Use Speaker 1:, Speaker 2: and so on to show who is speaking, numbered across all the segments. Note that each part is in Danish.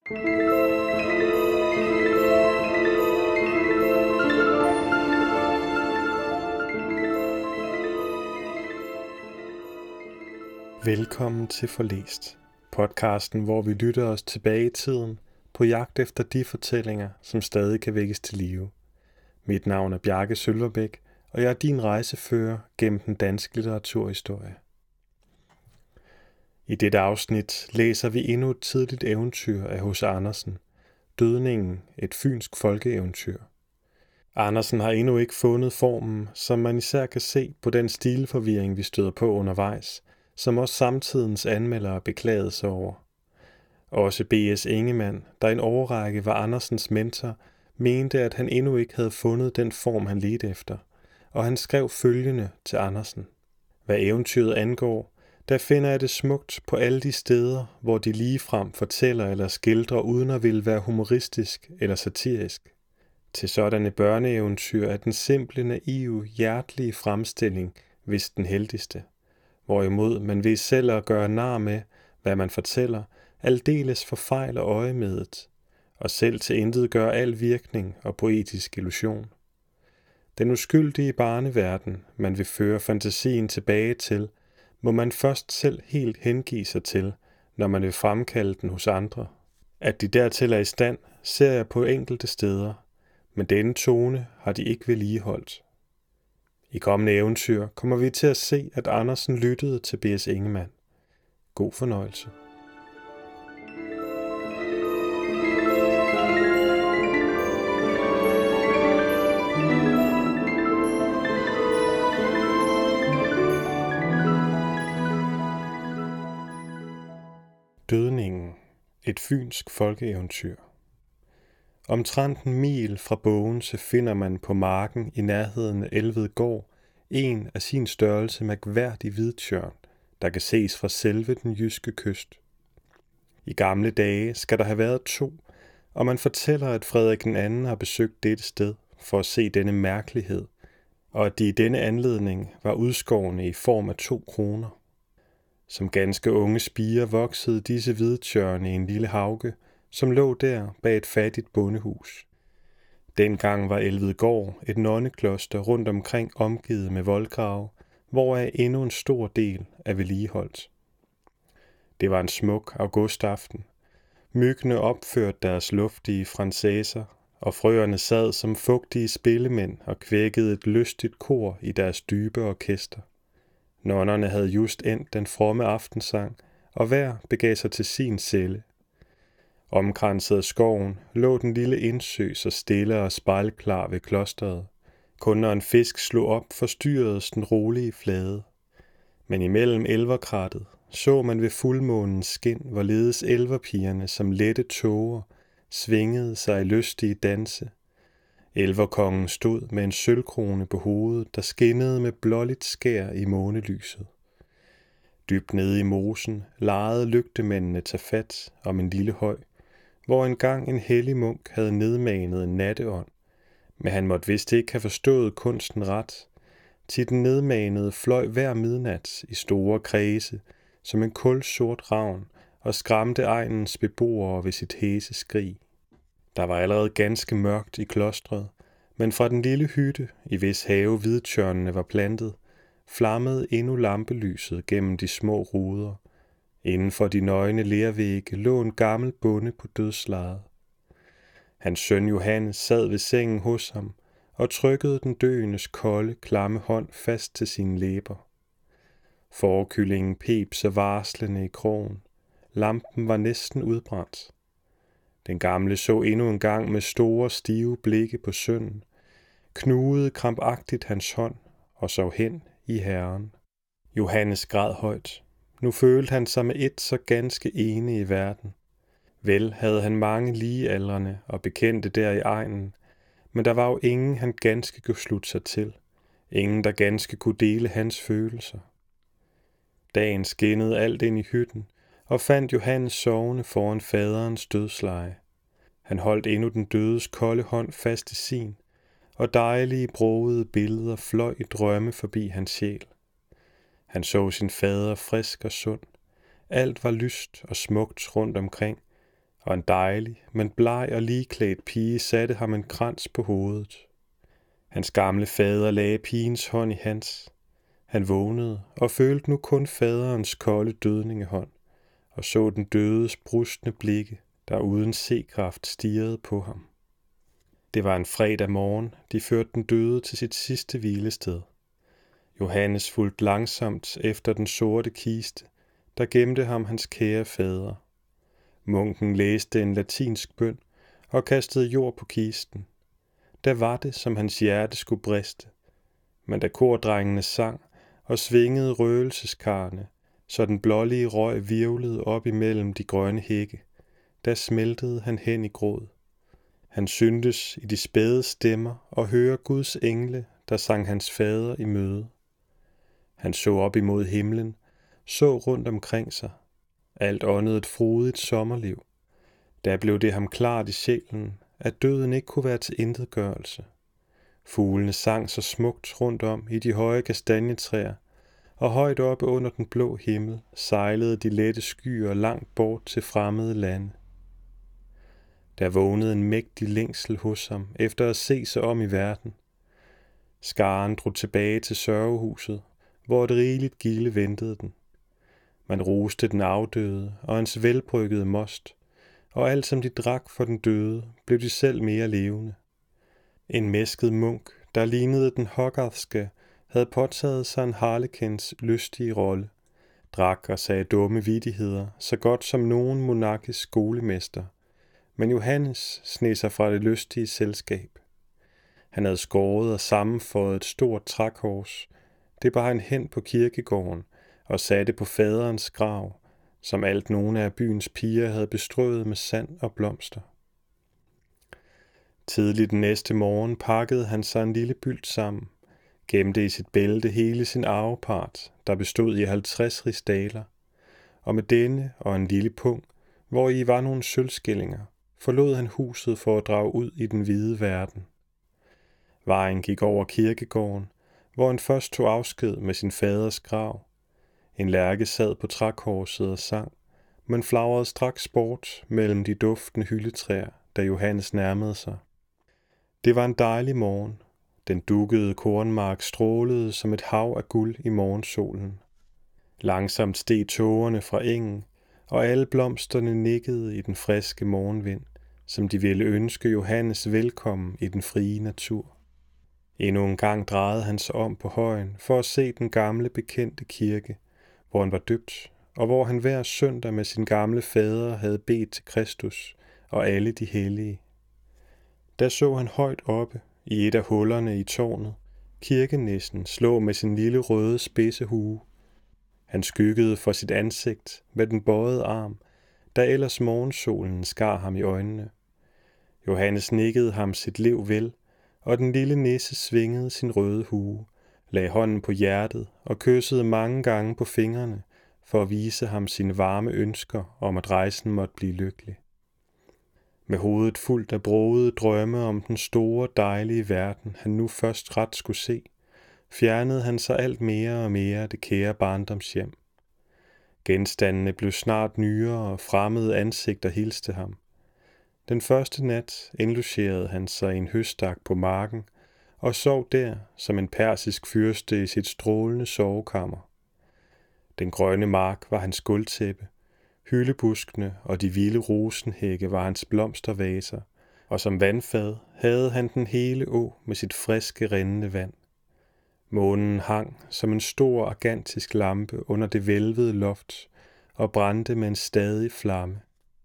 Speaker 1: Velkommen til Forlæst, podcasten, hvor vi lytter os tilbage i tiden på jagt efter de fortællinger, som stadig kan vækkes til live. Mit navn er Bjarke Sølverbæk, og jeg er din rejsefører gennem den danske litteraturhistorie. I dette afsnit læser vi endnu et tidligt eventyr af H.C. Andersen, Dødningen, et fynsk folkeeventyr. Andersen har endnu ikke fundet formen, som man især kan se på den stilforvirring, vi støder på undervejs, som også samtidens anmeldere beklagede sig over. Også B.S. Ingemann, der en årrække var Andersens mentor, mente, at han endnu ikke havde fundet den form, han ledte efter, og han skrev følgende til Andersen. Hvad eventyret angår, der finder jeg det smukt på alle de steder, hvor de ligefrem fortæller eller skildrer uden at ville være humoristisk eller satirisk. Til sådanne børneeventyr er den simple, naive, hjertelige fremstilling vist den heldigste. Hvorimod man ved selv at gøre nar med, hvad man fortæller, aldeles forfejler øjemedet, og selv til intet gør al virkning og poetisk illusion. Den uskyldige barneverden, man vil føre fantasien tilbage til, må man først selv helt hengive sig til, når man vil fremkalde den hos andre. At de dertil er i stand, ser jeg på enkelte steder, men denne tone har de ikke vedligeholdt. I kommende eventyr kommer vi til at se, at Andersen lyttede til B.S. Ingemann. God fornøjelse. Dødningen, et fynsk folkeeventyr. Omtrent en mil fra Bogense finder man på marken i nærheden af Elvedgård en af sin størrelse mærkværdig hvidtjørn, der kan ses fra selve den jyske kyst. I gamle dage skal der have været 2, og man fortæller, at Frederik II har besøgt dette sted for at se denne mærkelighed, og at de i denne anledning var udskårne i form af 2 kroner. Som ganske unge spirer voksede disse hvidtjørne i en lille hauge, som lå der bag et fattigt bondehus. Dengang var Elvedgård et nonnekloster rundt omkring omgivet med voldgrave, hvoraf endnu en stor del er vedligeholdt. Det var en smuk augustaften. Myggene opførte deres luftige francæser, og frøerne sad som fugtige spillemænd og kvækkede et lystigt kor i deres dybe orkester. Nonnerne havde just endt den fromme aftensang, og hver begav sig til sin celle. Omkranset af skoven lå den lille indsø så stille og spejlklar ved klosteret. Kun når en fisk slog op, forstyrredes den rolige flade. Men imellem elverkrattet så man ved fuldmånens skin, hvorledes elverpigerne som lette tåger svingede sig i lystige danse. Elverkongen stod med en sølvkrone på hovedet, der skinnede med blåligt skær i månelyset. Dybt nede i mosen legede lygtemændene tage fat om en lille høj, hvor engang en hellig munk havde nedmanet en natteånd, men han måtte vist ikke have forstået kunsten ret, til den nedmanede fløj hver midnat i store kredse, som en kulsort ravn, og skræmte egnens beboere ved sit hæse skrig. Der var allerede ganske mørkt i klostret, men fra den lille hytte, i hvis have hvidtjørnene var plantet, flammede endnu lampelyset gennem de små ruder. Inden for de nøgne lervægge lå en gammel bonde på dødslejet. Hans søn Johannes sad ved sengen hos ham og trykkede den døendes kolde, klamme hånd fast til sine læber. Fårekyllingen peb så varslende i krogen. Lampen var næsten udbrændt. Den gamle så endnu en gang med store, stive blikke på sønnen, knugede krampagtigt hans hånd og så hen i Herren. Johannes græd højt. Nu følte han sig med et så ganske ene i verden. Vel havde han mange ligealdrende og bekendte der i egnen, men der var jo ingen, han ganske kunne slutte sig til. Ingen, der ganske kunne dele hans følelser. Dagen skinnede alt ind i hytten, og fandt Johannes sovende foran faderens dødsleje. Han holdt endnu den dødes kolde hånd fast i sin, og dejlige brogede billeder fløj i drømme forbi hans sjæl. Han så sin fader frisk og sund. Alt var lyst og smukt rundt omkring, og en dejlig, men bleg og ligeklædt pige satte ham en krans på hovedet. Hans gamle fader lagde pigens hånd i hans. Han vågnede og følte nu kun faderens kolde dødningehånd, og så den dødes brustne blikke, der uden sekraft stirrede på ham. Det var en fredag morgen, de førte den døde til sit sidste hvilested. Johannes fulgte langsomt efter den sorte kiste, der gemte ham hans kære fader. Munken læste en latinsk bøn og kastede jord på kisten. Da var det, som hans hjerte skulle briste, men da kordrengene sang og svingede røgelseskarne, så den blålige røg virvlede op imellem de grønne hække, der smeltede han hen i gråd. Han syntes i de spæde stemmer og høre Guds engle, der sang hans fader i møde. Han så op imod himlen, så rundt omkring sig. Alt åndede et frodigt sommerliv. Der blev det ham klart i sjælen, at døden ikke kunne være til intetgørelse. Fuglene sang så smukt rundt om i de høje kastanjetræer, og højt oppe under den blå himmel sejlede de lette skyer langt bort til fremmede lande. Der vågnede en mægtig længsel hos ham efter at se sig om i verden. Skaren drog tilbage til sørgehuset, hvor et rigeligt gilde ventede den. Man roste den afdøde og hans velbryggede most, og alt som de drak for den døde, blev de selv mere levende. En mæsket munk, der lignede den Hogarthske, havde påtaget sig en harlekins lystige rolle, drak og sagde dumme vittigheder, så godt som nogen monarkisk skolemester. Men Johannes sneg sig fra det lystige selskab. Han havde skåret og sammenføjet et stort trækors. Det bar han hen på kirkegården og satte på faderens grav, som alt nogle af byens piger havde bestrøet med sand og blomster. Tidligt den næste morgen pakkede han sig en lille bylt sammen, gemte i sit bælte hele sin arvepart, der bestod i 50 rigsdaler, og med denne og en lille pung, hvor i var nogle sølvskillinger, forlod han huset for at drage ud i den vide verden. Vejen gik over kirkegården, hvor han først tog afsked med sin faders grav. En lærke sad på trækorset og sang, men flagrede straks bort mellem de duftende hyldetræer, da Johannes nærmede sig. Det var en dejlig morgen. Den dukkede kornmark strålede som et hav af guld i morgensolen. Langsomt steg tågerne fra engen, og alle blomsterne nikkede i den friske morgenvind, som de ville ønske Johannes velkommen i den frie natur. Endnu en gang drejede han sig om på højen for at se den gamle bekendte kirke, hvor han var døbt, og hvor han hver søndag med sin gamle fader havde bedt til Kristus og alle de hellige. Der så han højt oppe, i et af hullerne i tårnet, kirkenissen slå med sin lille røde spidse hue. Han skyggede for sit ansigt med den bøjede arm, da ellers morgensolen skar ham i øjnene. Johannes nikkede ham sit liv vel, og den lille nisse svingede sin røde hue, lagde hånden på hjertet og kyssede mange gange på fingrene for at vise ham sine varme ønsker om, at rejsen måtte blive lykkelig. Med hovedet fuldt af brogede drømme om den store, dejlige verden, han nu først ret skulle se, fjernede han sig alt mere og mere det kære barndomshjem. Genstandene blev snart nyere, og fremmede ansigter hilste ham. Den første nat indlogerede han sig i en høstak på marken, og sov der som en persisk fyrste i sit strålende sovekammer. Den grønne mark var hans gulvtæppe, hyldebuskene og de vilde rosenhække var hans blomstervaser, og som vandfad havde han den hele å med sit friske rindende vand. Månen hang som en stor argantisk lampe under det hvælvede loft og brændte med en stadig flamme.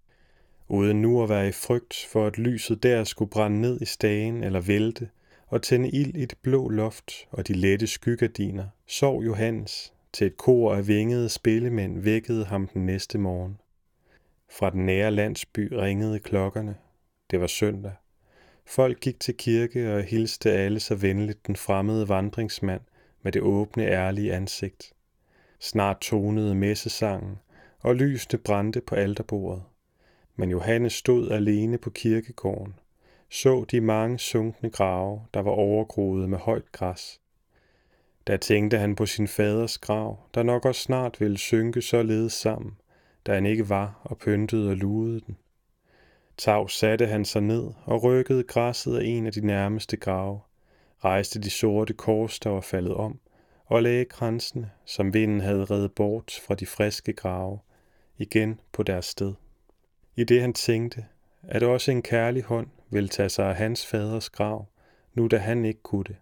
Speaker 1: Uden nu at være i frygt for, at lyset der skulle brænde ned i stagen eller vælte og tænde ild i det blå loft og de lette skygardiner, sov Johannes, til et kor af vingede spillemænd vækkede ham den næste morgen. Fra den nære landsby ringede klokkerne. Det var søndag. Folk gik til kirke og hilste alle så venligt den fremmede vandringsmand med det åbne, ærlige ansigt. Snart tonede messesangen, og lysene brændte på alterbordet. Men Johannes stod alene på kirkegården, så de mange sunkne grave, der var overgroet med højt græs. Der tænkte han på sin faders grav, der nok også snart ville synke således sammen, da han ikke var og pyntede og lugede den. Tavs satte han sig ned og rykkede græsset af en af de nærmeste grave, rejste de sorte kors, der var faldet om, og lagde kransene, som vinden havde revet bort fra de friske grave, igen på deres sted. I det han tænkte, at også en kærlig hånd ville tage sig af hans faders grav, nu da han ikke kunne det.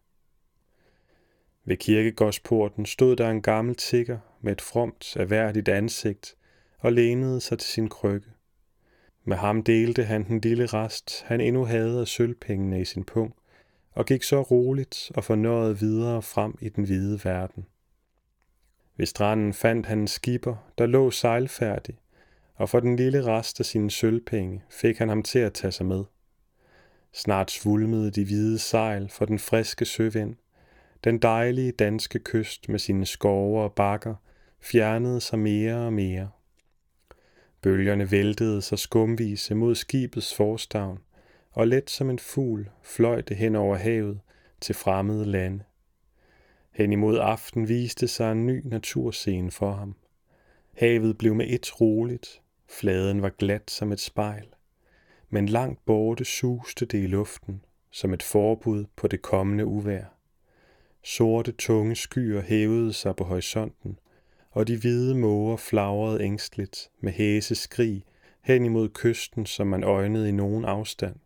Speaker 1: Ved kirkegårdsporten stod der en gammel tigger med et fromt, erhverdigt ansigt og lænede sig til sin krykke. Med ham delte han den lille rest, han endnu havde af sølvpengene i sin pung, og gik så roligt og fornøjet videre frem i den hvide verden. Ved stranden fandt han en skipper, der lå sejlfærdig, og for den lille rest af sine sølvpenge fik han ham til at tage sig med. Snart svulmede de hvide sejl for den friske søvind. Den dejlige danske kyst med sine skove og bakker fjernede sig mere og mere. Bølgerne væltede sig skumvise mod skibets forstavn, og let som en fugl fløj det hen over havet til fremmede lande. Hen imod aften viste sig en ny naturscene for ham. Havet blev med ét roligt, fladen var glat som et spejl, men langt borte suste det i luften, som et forbud på det kommende uvejr. Sorte tunge skyer hævede sig på horisonten, og de hvide måger flagrede ængsteligt med hæse skrig hen imod kysten, som man øjnede i nogen afstand.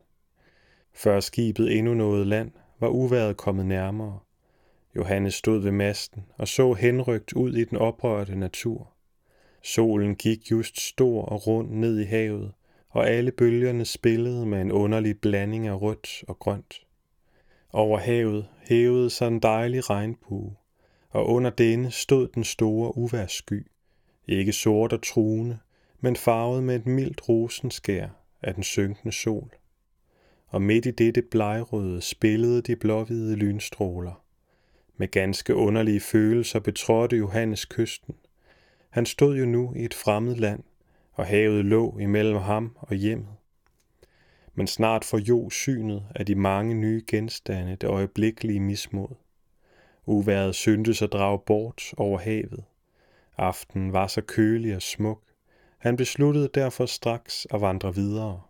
Speaker 1: Før skibet endnu nåede land, var uvejret kommet nærmere. Johannes stod ved masten og så henrygt ud i den oprørte natur. Solen gik just stor og rund ned i havet, og alle bølgerne spillede med en underlig blanding af rødt og grønt. Over havet hævede sig en dejlig regnbue, og under denne stod den store uvejrssky, ikke sort og truende, men farvet med et mildt rosenskær af den synkende sol. Og midt i dette blegrøde spillede de blåhvide lynstråler. Med ganske underlige følelser betrådte Johannes kysten. Han stod jo nu i et fremmed land, og havet lå imellem ham og hjemmet. Men snart forjog synet af de mange nye genstande det øjeblikkelige mismod. Uvejret syntes at drage bort over havet. Aftenen var så kølig og smuk. Han besluttede derfor straks at vandre videre.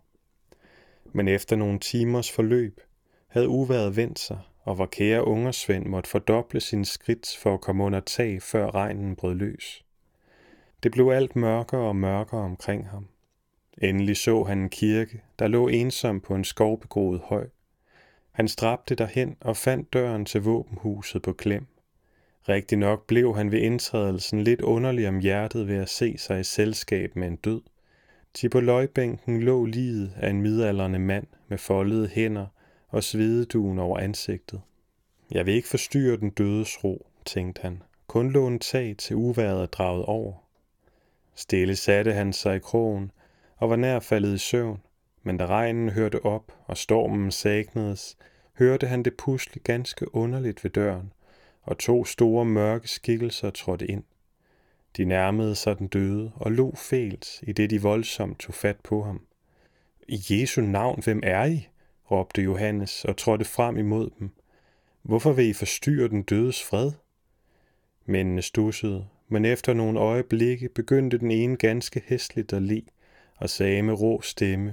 Speaker 1: Men efter nogle timers forløb havde uvejret vendt sig, og vor kære ungersvend måtte fordoble sine skridt for at komme under tag, før regnen brød løs. Det blev alt mørkere og mørkere omkring ham. Endelig så han en kirke, der lå ensom på en skovbegroet høj. Han strabte derhen og fandt døren til våbenhuset på klem. Rigtig nok blev han ved indtrædelsen lidt underlig om hjertet ved at se sig i selskab med en død. Til på løgbænken lå liget af en midaldrende mand med foldede hænder og svededuen over ansigtet. Jeg vil ikke forstyrre den dødes ro, tænkte han. Kun låne tag til uvejret er draget over. Stille satte han sig i krogen og var nær faldet i søvn, men da regnen hørte op og stormen sagnedes, hørte han det pusle ganske underligt ved døren, og 2 store mørke skikkelser trådte ind. De nærmede sig den døde og lå fælt, i det de voldsomt tog fat på ham. I Jesu navn, hvem er I? Råbte Johannes og trådte frem imod dem. Hvorfor vil I forstyrre den dødes fred? Mændene studsede, men efter nogle øjeblikke begyndte den ene ganske hæsligt at le og sagde med rå stemme: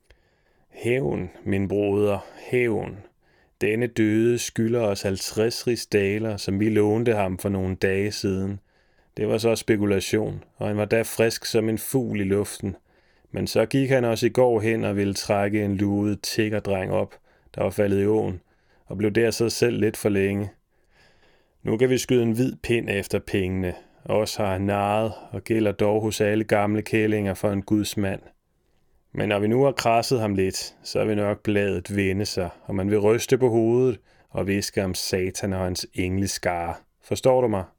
Speaker 1: Hævn, min broder, hævn. Denne døde skylder os 50 rigsdaler, som vi lånte ham for nogle dage siden. Det var så spekulation, og han var da frisk som en fugl i luften. Men så gik han også i går hen og ville trække en luet tiggerdreng op, der var faldet i åen, og blev der så selv lidt for længe. Nu kan vi skyde en hvid pind efter pengene. Os har han narret og gælder dog hos alle gamle kællinger for en gudsmand. Men når vi nu har krasset ham lidt, så vil nok bladet vende sig, og man vil ryste på hovedet og viske om Satan og hans engleskare. Forstår du mig?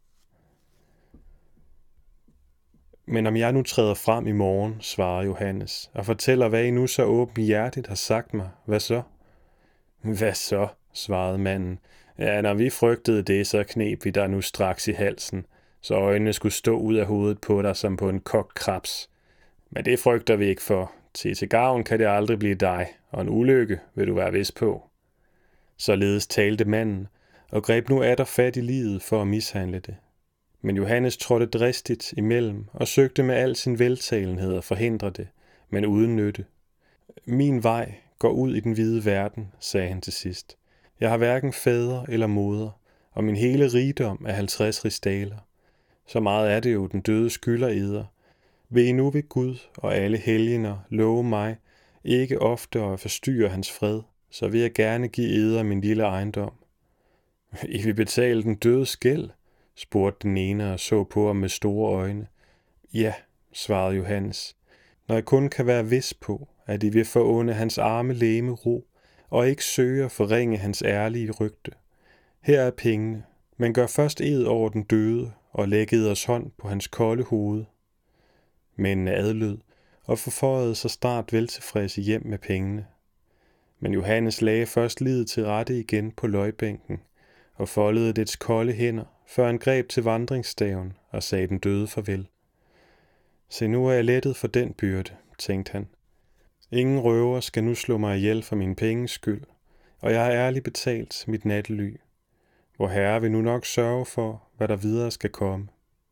Speaker 1: Men om jeg nu træder frem i morgen, svarede Johannes, og fortæller, hvad I nu så åbenhjertigt har sagt mig, hvad så? Hvad så, svarede manden. Ja, når vi frygtede det, så kneb vi der nu straks i halsen, så øjnene skulle stå ud af hovedet på dig som på en kogt krebs. Men det frygter vi ikke for. Til gavn kan det aldrig blive dig, og en ulykke vil du være vis på. Således talte manden, og greb nu atter fat i livet for at mishandle det. Men Johannes trådte dristigt imellem og søgte med al sin veltalenhed at forhindre det, men uden nytte. Min vej går ud i den hvide verden, sagde han til sidst. Jeg har hverken fader eller moder, og min hele rigdom er 50 rigsdaler. Så meget er det jo, den døde skylder eder. Vil I nu ved Gud og alle helgener love mig, ikke ofte at forstyrre hans fred, så vil jeg gerne give eder min lille ejendom. I vil betale den dødes gæld, spurgte den ene og så på ham med store øjne. Ja, svarede Johannes, når jeg kun kan være vis på, at I vil forunde hans arme legeme ro, og ikke søge at forringe hans ærlige rygte. Her er pengene, men gør først ed over den døde, og læg eders hånd på hans kolde hoved. Mændene adlød, og forføjede sig snart veltilfredse hjem med pengene. Men Johannes lagde først lidet til rette igen på løgbænken, og foldede dets kolde hænder, før han greb til vandringsstaven og sagde den døde farvel. Se, nu er jeg lettet for den byrde, tænkte han. Ingen røver skal nu slå mig ihjel for min penges skyld, og jeg har ærligt betalt mit nattely. Vor Herre vil nu nok sørge for, hvad der videre skal komme.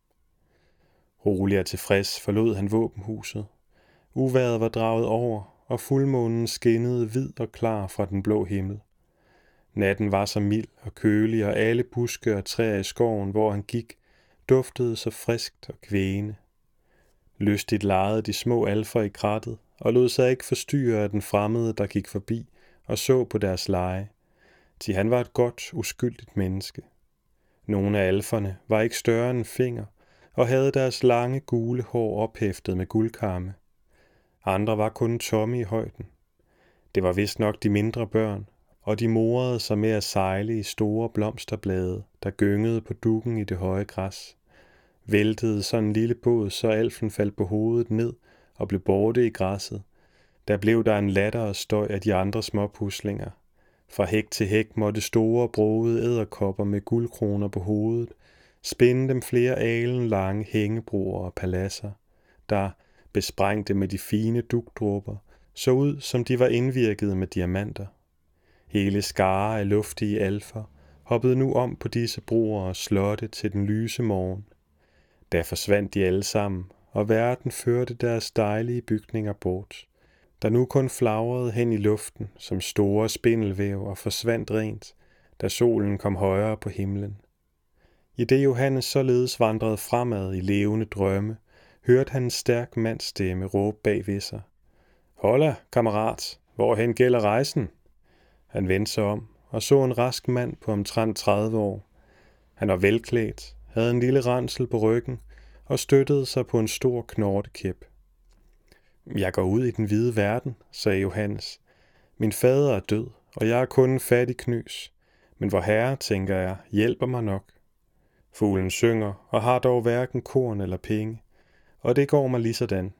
Speaker 1: Rolig og tilfreds forlod han våbenhuset. Uvejret var draget over, og fuldmånen skinnede hvid og klar fra den blå himmel. Natten var så mild og kølig, og alle buske og træer i skoven, hvor han gik, duftede så friskt og kvægende. Lystigt legede de små alfer i krattet, og lod sig ikke forstyrre af den fremmede, der gik forbi og så på deres lege. Til han var et godt, uskyldigt menneske. Nogle af alferne var ikke større end en finger, og havde deres lange gule hår ophæftet med guldkarme. Andre var kun tomme i højden. Det var vist nok de mindre børn, og de morede sig med at sejle i store blomsterblade, der gyngede på dukken i det høje græs. Væltede sådan en lille båd, så alfen faldt på hovedet ned og blev borte i græsset. Der blev der en latter og støj af de andre små puslinger. Fra hæk til hæk måtte store brogede edderkopper med guldkroner på hovedet spænde dem flere alen lange hængebroer og paladser, der, besprængte med de fine dugdråber, så ud som de var indvirket med diamanter. Hele skare af luftige alfer hoppede nu om på disse broer og slotte til den lyse morgen. Der forsvandt de alle sammen, og verden førte deres dejlige bygninger bort, der nu kun flagrede hen i luften som store spindelvæv og forsvandt rent, da solen kom højere på himlen. I det Johannes således vandrede fremad i levende drømme, hørte han en stærk mands stemme råbe bag ved sig. Holla, kammerat, hvorhen gælder rejsen? Han vendte sig om og så en rask mand på omtrent 30 år. Han var velklædt, havde en lille ransel på ryggen og støttede sig på en stor knortekæp. Jeg går ud i den hvide verden, sagde Johannes. Min fader er død, og jeg er kun en fattig knøs. Men vor Herre, tænker jeg, hjælper mig nok. Fuglen synger og har dog hverken korn eller penge, og det går mig lige sådan.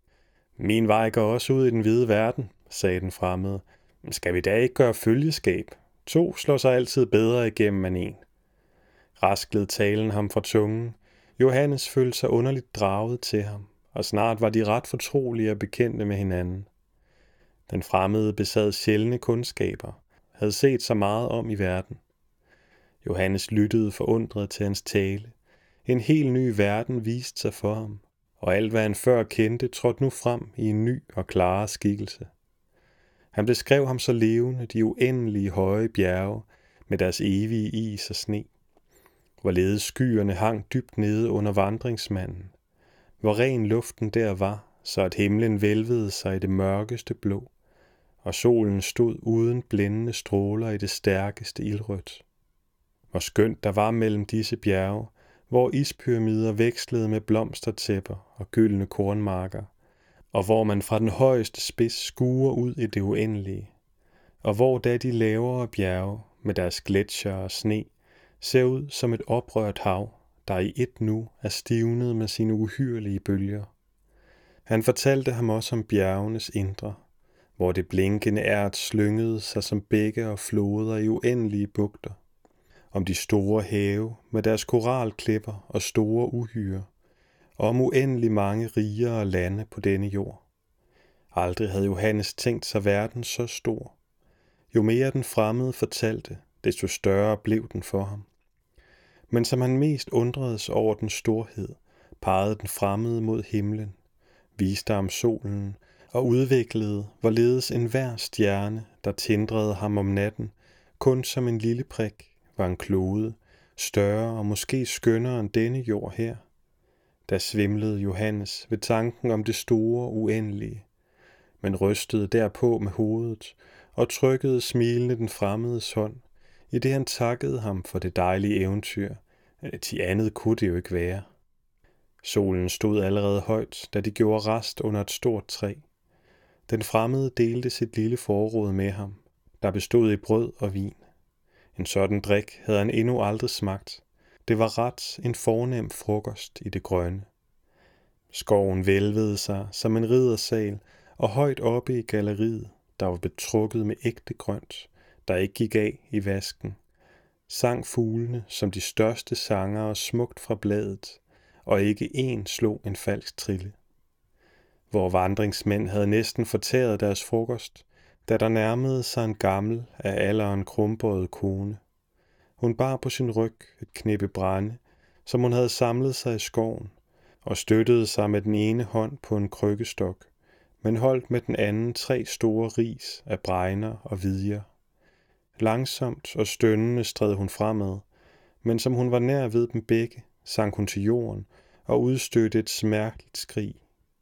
Speaker 1: Min vej går også ud i den hvide verden, sagde den fremmede. Skal vi da ikke gøre følgeskab? 2 slår sig altid bedre igennem end 1. Rasklede talen ham fra tungen. Johannes følte sig underligt draget til ham, og snart var de ret fortrolige og bekendte med hinanden. Den fremmede besad sjældne kundskaber, havde set så meget om i verden. Johannes lyttede forundret til hans tale. En helt ny verden viste sig for ham, og alt hvad han før kendte trådte nu frem i en ny og klarere skikkelse. Han beskrev ham så levende de uendelige høje bjerge med deres evige is og sne. Hvorledes skyerne hang dybt nede under vandringsmanden. Hvor ren luften der var, så at himlen vælvede sig i det mørkeste blå, og solen stod uden blændende stråler i det stærkeste ildrødt. Hvor skønt der var mellem disse bjerge, hvor ispyramider vekslede med blomstertæpper og gyldne kornmarker, og hvor man fra den højeste spids skuer ud i det uendelige, og hvor da de lavere bjerge med deres gletsjer og sne ser ud som et oprørt hav, der i et nu er stivnet med sine uhyrlige bølger. Han fortalte ham også om bjergenes indre, hvor det blinkende ert slyngede sig som bække og floder i uendelige bugter, om de store have med deres koralklipper og store uhyre, og om uendelig mange rigere lande på denne jord. Aldrig havde Johannes tænkt sig verden så stor. Jo mere den fremmede fortalte, desto større blev den for ham. Men som han mest undredes over den storhed, pegede den fremmede mod himlen, viste ham solen og udviklede, hvorledes enhver stjerne, der tindrede ham om natten, kun som en lille prik, var en klode, større og måske skønnere end denne jord her. Der svimlede Johannes ved tanken om det store uendelige, men rystede derpå med hovedet og trykkede smilende den fremmedes hånd, i det han takkede ham for det dejlige eventyr, til andet kunne det jo ikke være. Solen stod allerede højt, da de gjorde rast under et stort træ. Den fremmede delte sit lille forråd med ham, der bestod i brød og vin. En sådan drik havde han endnu aldrig smagt. Det var ret en fornem frokost i det grønne. Skoven vælvede sig som en riddersal, og højt oppe i galleriet, der var betrukket med ægte grønt, der ikke gik af i vasken, sang fuglene som de største sangere smukt fra bladet, og ikke én slog en falsk trille. Hvor vandringsmænd havde næsten fortæret deres frokost, da der nærmede sig en gammel af alderen krumbøjet kone. Hun bar på sin ryg et knippe brænde, som hun havde samlet sig i skoven, og støttede sig med den ene hånd på en krykkestok, men holdt med den anden 3 store ris af bregner og vidjer. Langsomt og stønnende stred hun fremad, men som hun var nær ved dem begge, sank hun til jorden og udstødte et smerteligt skrig.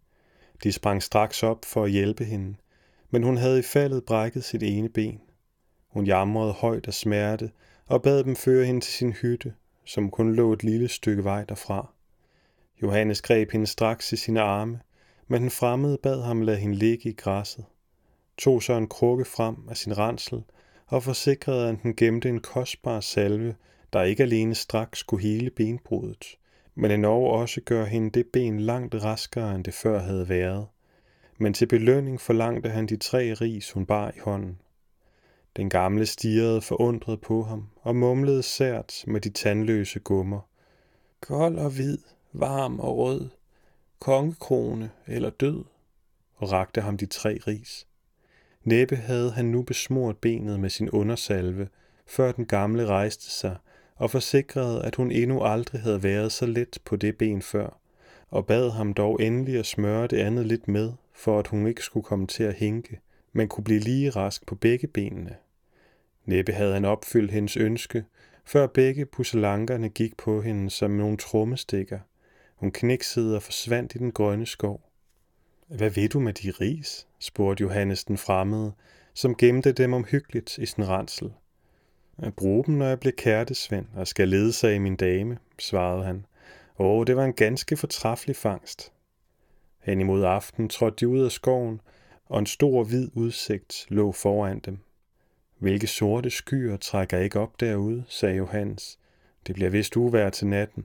Speaker 1: De sprang straks op for at hjælpe hende, men hun havde i faldet brækket sit ene ben. Hun jamrede højt af smerte og bad dem føre hende til sin hytte, som kun lå et lille stykke vej derfra. Johannes greb hende straks i sine arme, men den fremmede bad ham lade hende ligge i græsset, tog så en krukke frem af sin ransel og forsikrede, at den gemte en kostbar salve, der ikke alene straks skulle hele benbruddet, men endog også gøre hende det ben langt raskere, end det før havde været. Men til belønning forlangte han de 3 ris, hun bar i hånden. Den gamle stirrede forundret på ham og mumlede sært med de tandløse gummer. Kold og hvid, varm og rød, kongekrone eller død, og rakte ham de 3 ris. Næppe havde han nu besmurt benet med sin undersalve, før den gamle rejste sig og forsikrede, at hun endnu aldrig havde været så let på det ben før, og bad ham dog endelig at smøre det andet lidt med, for at hun ikke skulle komme til at hinke, men kunne blive lige rask på begge benene. Næppe havde han opfyldt hendes ønske, før begge pusselankerne gik på hende som nogle trommestikker. Hun kniksede og forsvandt i den grønne skov. Hvad ved du med de ris? Spurgte Johannes den fremmede, som gemte dem omhyggeligt i sin ransel. Jeg bruger dem, når jeg bliver kærtesvend og skal ledsage min dame, svarede han. Det var en ganske fortræffelig fangst. Hen imod aften trådte de ud af skoven, og en stor hvid udsigt lå foran dem. Hvilke sorte skyer trækker ikke op derude, sagde Johannes. Det bliver vist uvejr til natten.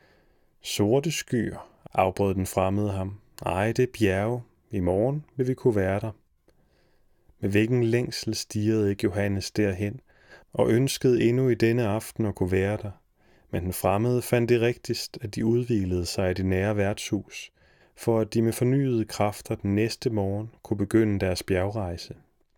Speaker 1: Sorte skyer, afbrød den fremmede ham. Nej, det er bjerge. I morgen vil vi kunne være der. Med hvilken længsel stirrede ikke Johannes derhen, og ønskede endnu i denne aften at kunne være der. Men den fremmede fandt det rigtigst, at de udhvilede sig i det nære værtshus, for at de med fornyede kræfter den næste morgen kunne begynde deres bjergrejse.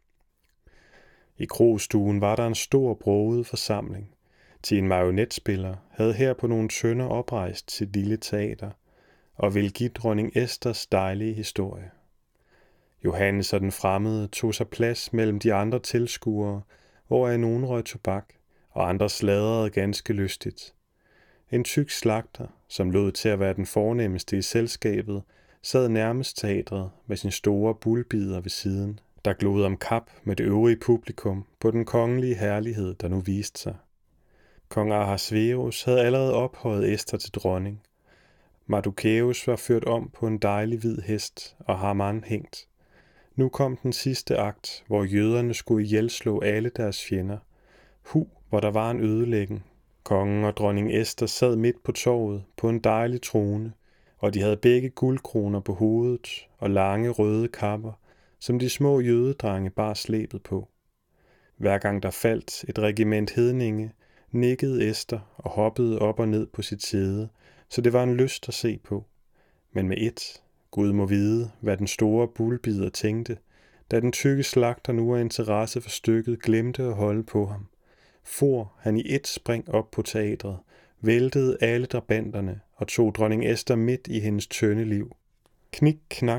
Speaker 1: I krogstuen var der en stor broget forsamling. Til en marionetspiller havde her på nogle tønder oprejst sit lille teater, og ville give dronning Esters dejlige historie. Johannes og den fremmede tog sig plads mellem de andre tilskuere, hvoraf nogen røg tobak, og andre sladrede ganske lystigt. En tyk slagter, som lod til at være den fornemmeste i selskabet, sad nærmest teatret med sin store bulbider ved siden, der glod om kap med det øvrige publikum på den kongelige herlighed, der nu viste sig. Kong Ahasverus havde allerede ophøjet Ester til dronning. Mardochæus var ført om på en dejlig hvid hest og Haman hængt. Nu kom den sidste akt, hvor jøderne skulle ihjelslå alle deres fjender. Hvor der var en ødelæggen. Kongen og dronning Ester sad midt på torvet på en dejlig trone, og de havde begge guldkroner på hovedet og lange røde kapper, som de små jødedrenge bar slæbet på. Hver gang der faldt et regiment hedninge, nikkede Ester og hoppede op og ned på sit sæde, så det var en lyst at se på. Men med ét, Gud må vide, hvad den store bulbider tænkte, da den tykke slagter nu af interesse for stykket glemte at holde på ham. For han i ét spring op på teatret, væltede alle drabanterne og tog dronning Ester midt i hendes tynde liv. Knik, knak,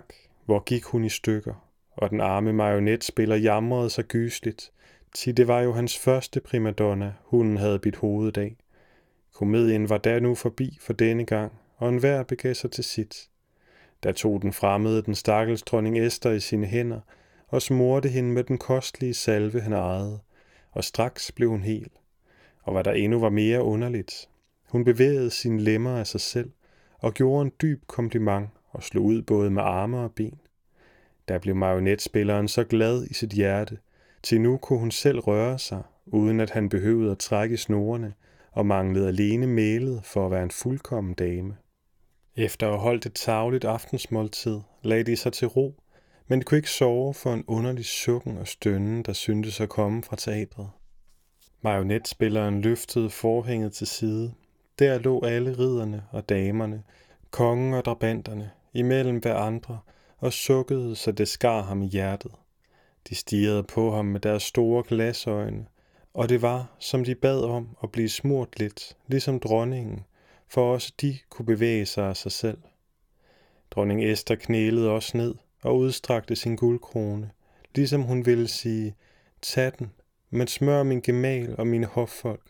Speaker 1: Hvor gik hun i stykker, og den arme marionetspiller jamrede sig gysligt, til det var jo hans første primadonna, hunden havde bidt hovedet af. Komedien var der nu forbi for denne gang, og enhver begav sig til sit. Der tog den fremmede den stakkels dronning Esther i sine hænder, og smurte hende med den kostlige salve, han ejede, og straks blev hun hel. Og hvad der endnu var mere underligt, hun bevægede sine lemmer af sig selv, og gjorde en dyb kompliment, og slog ud både med arme og ben. Der blev marionetspilleren så glad i sit hjerte, til nu kunne hun selv røre sig, uden at han behøvede at trække snorene, og manglede alene mælet for at være en fuldkommen dame. Efter at have holdt et tarveligt aftensmåltid, lagde de sig til ro, men de kunne ikke sove for en underlig sukken og stønnen, der syntes at komme fra teatret. Marionetspilleren løftede forhænget til side. Der lå alle ridderne og damerne, kongen og drabanterne, imellem hverandre, og sukkede, så det skar ham i hjertet. De stirrede på ham med deres store glasøjne, og det var, som de bad om at blive smurt lidt, ligesom dronningen, for også de kunne bevæge sig af sig selv. Dronning Esther knælede også ned og udstrakte sin guldkrone, ligesom hun ville sige, tag den, men smør min gemal og mine hoffolk.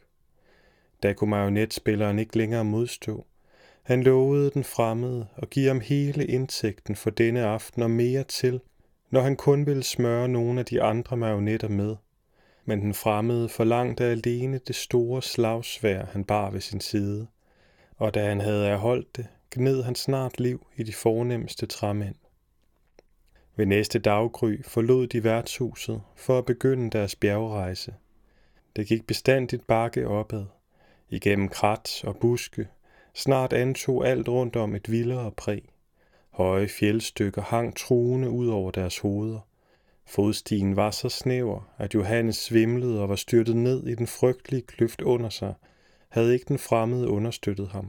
Speaker 1: Da kunne marionetspilleren ikke længere modstå. Han lovede den fremmede at give ham hele indtægten for denne aften og mere til, når han kun ville smøre nogle af de andre marionetter med. Men den fremmede forlangte alene det store slagsværd, han bar ved sin side, og da han havde erholdt det, gned han snart liv i de fornemste træmænd. Ved næste daggry forlod de værtshuset for at begynde deres bjergrejse. Det gik bestandigt bakke opad, igennem krat og buske. Snart antog alt rundt om et vildere præg. Høje fjeldstykker hang truende ud over deres hoveder. Fodstien var så snæver, at Johannes svimlede og var styrtet ned i den frygtelige kløft under sig, havde ikke den fremmede understøttet ham.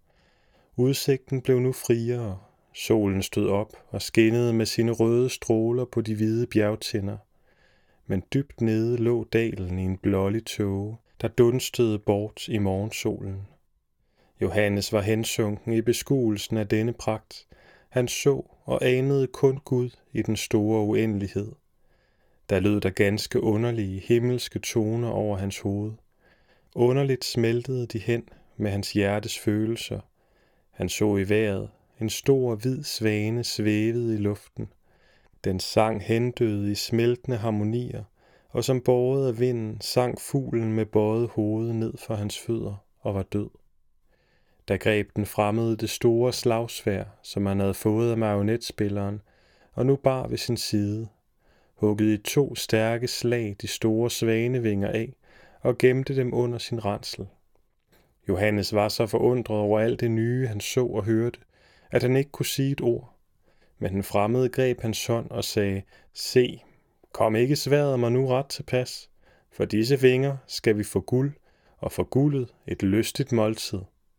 Speaker 1: Udsigten blev nu friere. Solen stod op og skinnede med sine røde stråler på de hvide bjergtinder. Men dybt nede lå dalen i en blålig tåge, der dunstede bort i morgensolen. Johannes var hensunken i beskuelsen af denne pragt. Han så og anede kun Gud i den store uendelighed. Der lød der ganske underlige himmelske toner over hans hoved. Underligt smeltede de hen med hans hjertes følelser. Han så i vejret. En stor hvid svane svævede i luften. Den sang hendøde i smeltende harmonier, og som båret af vinden sang fuglen med bøjet hoved ned for hans fødder og var død. Der greb den fremmede det store slagsværd, som han havde fået af marionetspilleren, og nu bar ved sin side, huggede i 2 stærke slag de store svanevinger af og gemte dem under sin ransel. Johannes var så forundret over alt det nye, han så og hørte, at han ikke kunne sige et ord. Men den fremmede greb hans hånd og sagde, se, kom ikke sværdet mig nu ret tilpas, for disse vinger skal vi få guld, og for guldet et lystigt måltid.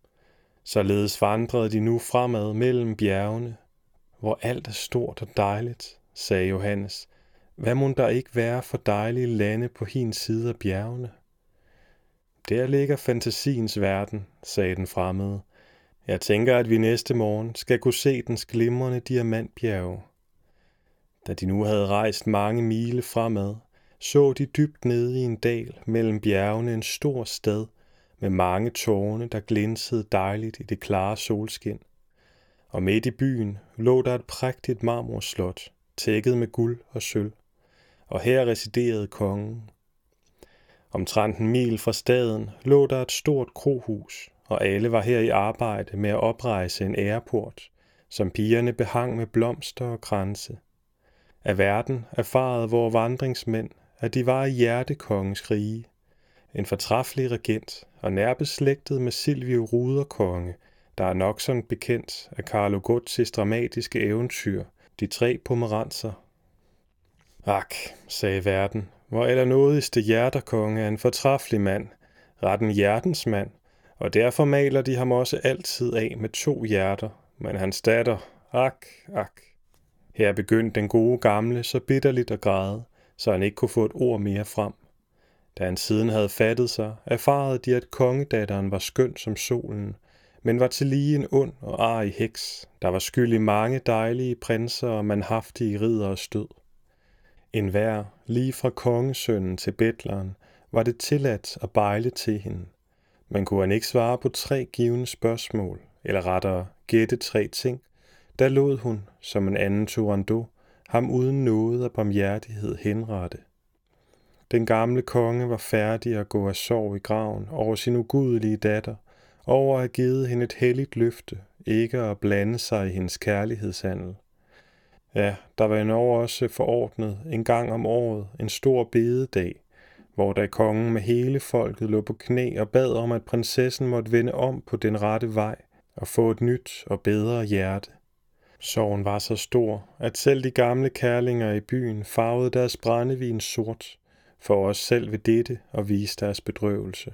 Speaker 1: Således vandrede de nu fremad mellem bjergene, hvor alt er stort og dejligt, sagde Johannes. Hvad mon der ikke være for dejlige lande på hin side af bjergene? Der ligger fantasiens verden, sagde den fremmede. Jeg tænker, at vi næste morgen skal kunne se dens glimrende diamantbjerge. Da de nu havde rejst mange mile fremad, så de dybt nede i en dal mellem bjergene en stor stad med mange tårne, der glinsede dejligt i det klare solskin. Og midt i byen lå der et prægtigt marmorslot, tækket med guld og sølv, og her residerede kongen. Omtrent en mil fra staden lå der et stort krohus, og alle var her i arbejde med at oprejse en æreport, som pigerne behang med blomster og kranse. Af verden erfarede vore vandringsmænd, at de var i hjertekongens rige, en fortræffelig regent og nær beslægtet med Silvio Ruderkonge, der er nok sådan bekendt af Carlo Gozzis dramatiske eventyr, De 3 pomeranser. Ak, sagde verden, hvor allernådigste hjerterkonge er en fortræffelig mand, ret en hjertens mand, og derfor maler de ham også altid af med 2 hjerter, men hans datter, ak. Her begyndte den gode gamle så bitterligt at græde, så han ikke kunne få et ord mere frem. Da han siden havde fattet sig, erfarede de, at kongedatteren var skøn som solen, men var tillige en ond og arrig heks, der var skyld i mange dejlige prinser og manhaftige ridderes død. Enhver, lige fra kongesønnen til betleren, var det tilladt at bejle til hende, men kunne han ikke svare på 3 givne spørgsmål, eller rettere gætte 3 ting, der lod hun, som en anden Turandot, ham uden noget af barmhjertighed henrette. Den gamle konge var færdig at gå af sorg i graven over sin ugudelige datter, og over at have givet hende et helligt løfte, ikke at blande sig i hendes kærlighedshandel. Ja, der var endnu også forordnet en gang om året en stor bededag, hvor da kongen med hele folket lå på knæ og bad om, at prinsessen måtte vende om på den rette vej og få et nyt og bedre hjerte. Sorgen var så stor, at selv de gamle kærlinger i byen farvede deres brændevin sort, for os selv ved dette og vise deres bedrøvelse.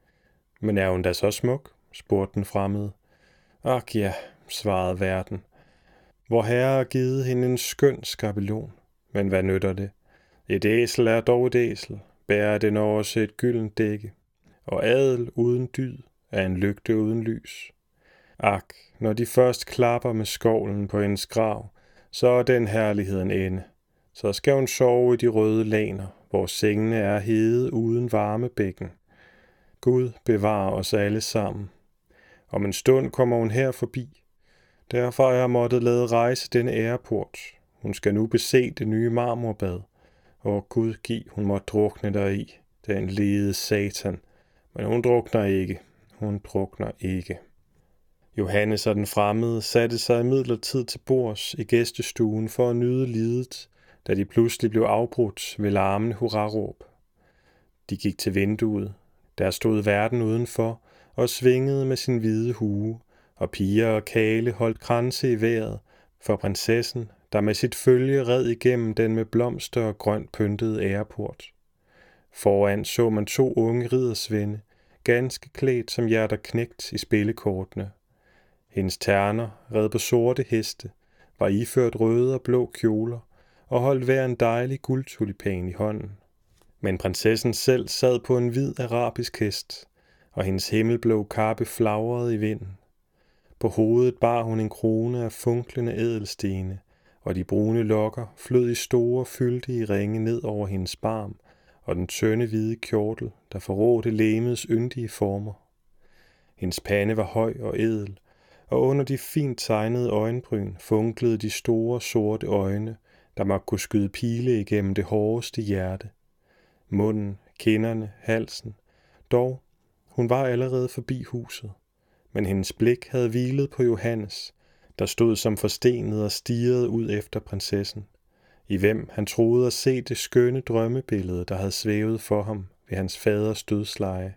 Speaker 1: Men er hun da så smuk? Spurgte den fremmede. Ak ja, svarede værten. Vor herre har givet hende en skøn skabelon, men hvad nytter det? Et æsel er dog et æsel, bærer den også et gyldent dække, og adel uden dyd er en lygte uden lys. Ak, når de først klapper med skovlen på hendes grav, så er den herligheden ende. Så skal hun sove i de røde laner, hvor sengene er hede uden varme bækken. Gud bevarer os alle sammen. Om en stund kommer hun her forbi. Derfor har jeg måttet lade rejse denne æreport. Hun skal nu bese det nye marmorbad. Og Gud giv, hun må drukne deri, den lede satan. Men hun drukner ikke. Hun drukner ikke. Johannes og den fremmede satte sig imidlertid til bords i gæstestuen for at nyde lidet, da de pludselig blev afbrudt ved larmende hurraråb. De gik til vinduet. Der stod verden udenfor og svingede med sin hvide hue, og piger og kale holdt kranse i vejret for prinsessen, der med sit følge red igennem den med blomster og grønt pyntede æreport. Foran så man 2 unge riddersvende, ganske klædt som hjerter knægt i spillekortene. Hendes terner, red på sorte heste, var iført røde og blå kjoler og holdt hver en dejlig guldtulipan i hånden. Men prinsessen selv sad på en hvid arabisk hest, og hendes himmelblå kappe flagrede i vinden. På hovedet bar hun en krone af funklende ædelstene, og de brune lokker flød i store, fyldige ringe ned over hendes barm, og den tynde hvide kjortel, der forrådte legemets yndige former. Hendes pande var høj og ædel, og under de fint tegnede øjenbryn funklede de store, sorte øjne, der måtte kunne skyde pile igennem det hårdeste hjerte. Munden, kinderne, halsen. Dog, hun var allerede forbi huset, men hendes blik havde hvilet på Johannes, der stod som forstenet og stirrede ud efter prinsessen, i hvem han troede at se det skønne drømmebillede, der havde svævet for ham ved hans faders dødsleje.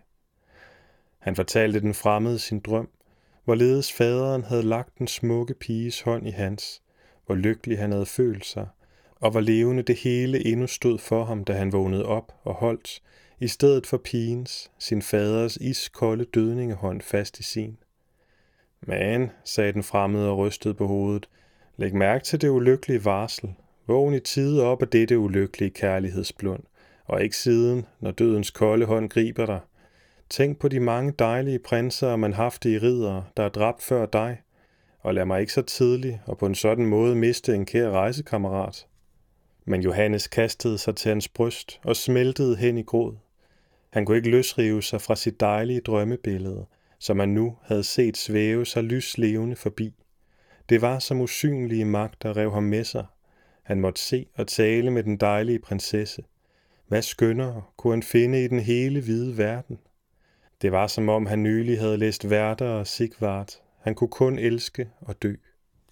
Speaker 1: Han fortalte den fremmede sin drøm, hvorledes faderen havde lagt den smukke piges hånd i hans, hvor lykkelig han havde følt sig, og hvor levende det hele endnu stod for ham, da han vågnede op og holdt, i stedet for pigens, sin faders iskolde dødningehånd fast i sin. Men, sagde den fremmede og rystede på hovedet, læg mærke til det ulykkelige varsel. Vågn i tide op af dette ulykkelige kærlighedsblund, og ikke siden, når dødens kolde hånd griber dig. Tænk på de mange dejlige prinser og manhaftige riddere, der er dræbt før dig, og lad mig ikke så tidligt og på en sådan måde miste en kær rejsekammerat. Men Johannes kastede sig til hans bryst og smeltede hen i gråd. Han kunne ikke løsrive sig fra sit dejlige drømmebillede, som han nu havde set svæve sig lyslevende forbi. Det var som usynlige magt, der rev ham med sig. Han måtte se og tale med den dejlige prinsesse. Hvad skønnere kunne han finde i den hele hvide verden? Det var som om han nylig havde læst Werther og Sigvart. Han kunne kun elske og dø.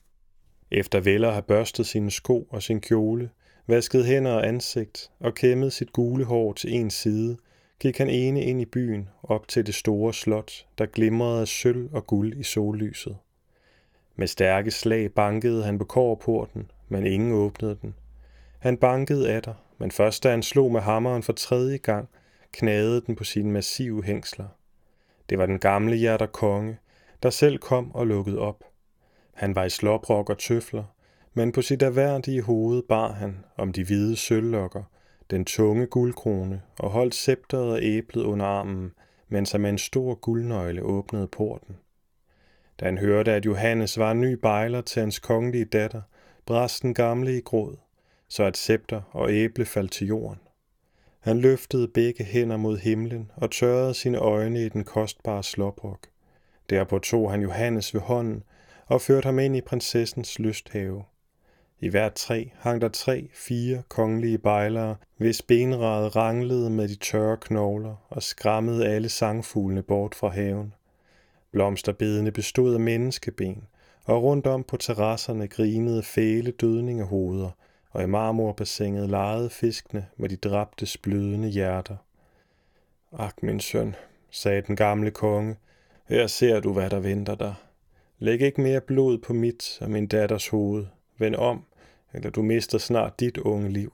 Speaker 1: Efter vel at have børstet sine sko og sin kjole, vasket hænder og ansigt og kæmmet sit gule hår til en side, gik han ene ind i byen op til det store slot, der glimrede af sølv og guld i sollyset. Med stærke slag bankede han på kobberporten, men ingen åbnede den. Han bankede atter, men først da han slog med hammeren for 3. gang, knagede den på sine massive hængsler. Det var den gamle hjerter konge, der selv kom og lukkede op. Han var i sloprok og tøfler, men på sit erhverdige hoved bar han, om de hvide sølvlokker, den tunge guldkrone og holdt scepteret og æblet under armen, mens han med en stor guldnøgle åbnede porten. Da han hørte, at Johannes var en ny bejler til hans kongelige datter, brast den gamle i gråd, så at scepter og æble faldt til jorden. Han løftede begge hænder mod himlen og tørrede sine øjne i den kostbare slåbrok. Derpå tog han Johannes ved hånden og førte ham ind i prinsessens lysthave. I hvert træ hang der 3-4 kongelige bejlere, hvis benrade ranglede med de tørre knogler og skræmmede alle sangfuglene bort fra haven. Blomsterbedene bestod af menneskeben, og rundt om på terrasserne grinede fæle dødningehoveder, og i marmorbassinet legede fiskene med de dræbtes blødende hjerter. Ak, min søn, sagde den gamle konge, her ser du, hvad der venter dig. Læg ikke mere blod på mit og min datters hoved. Vend om, eller du mister snart dit unge liv.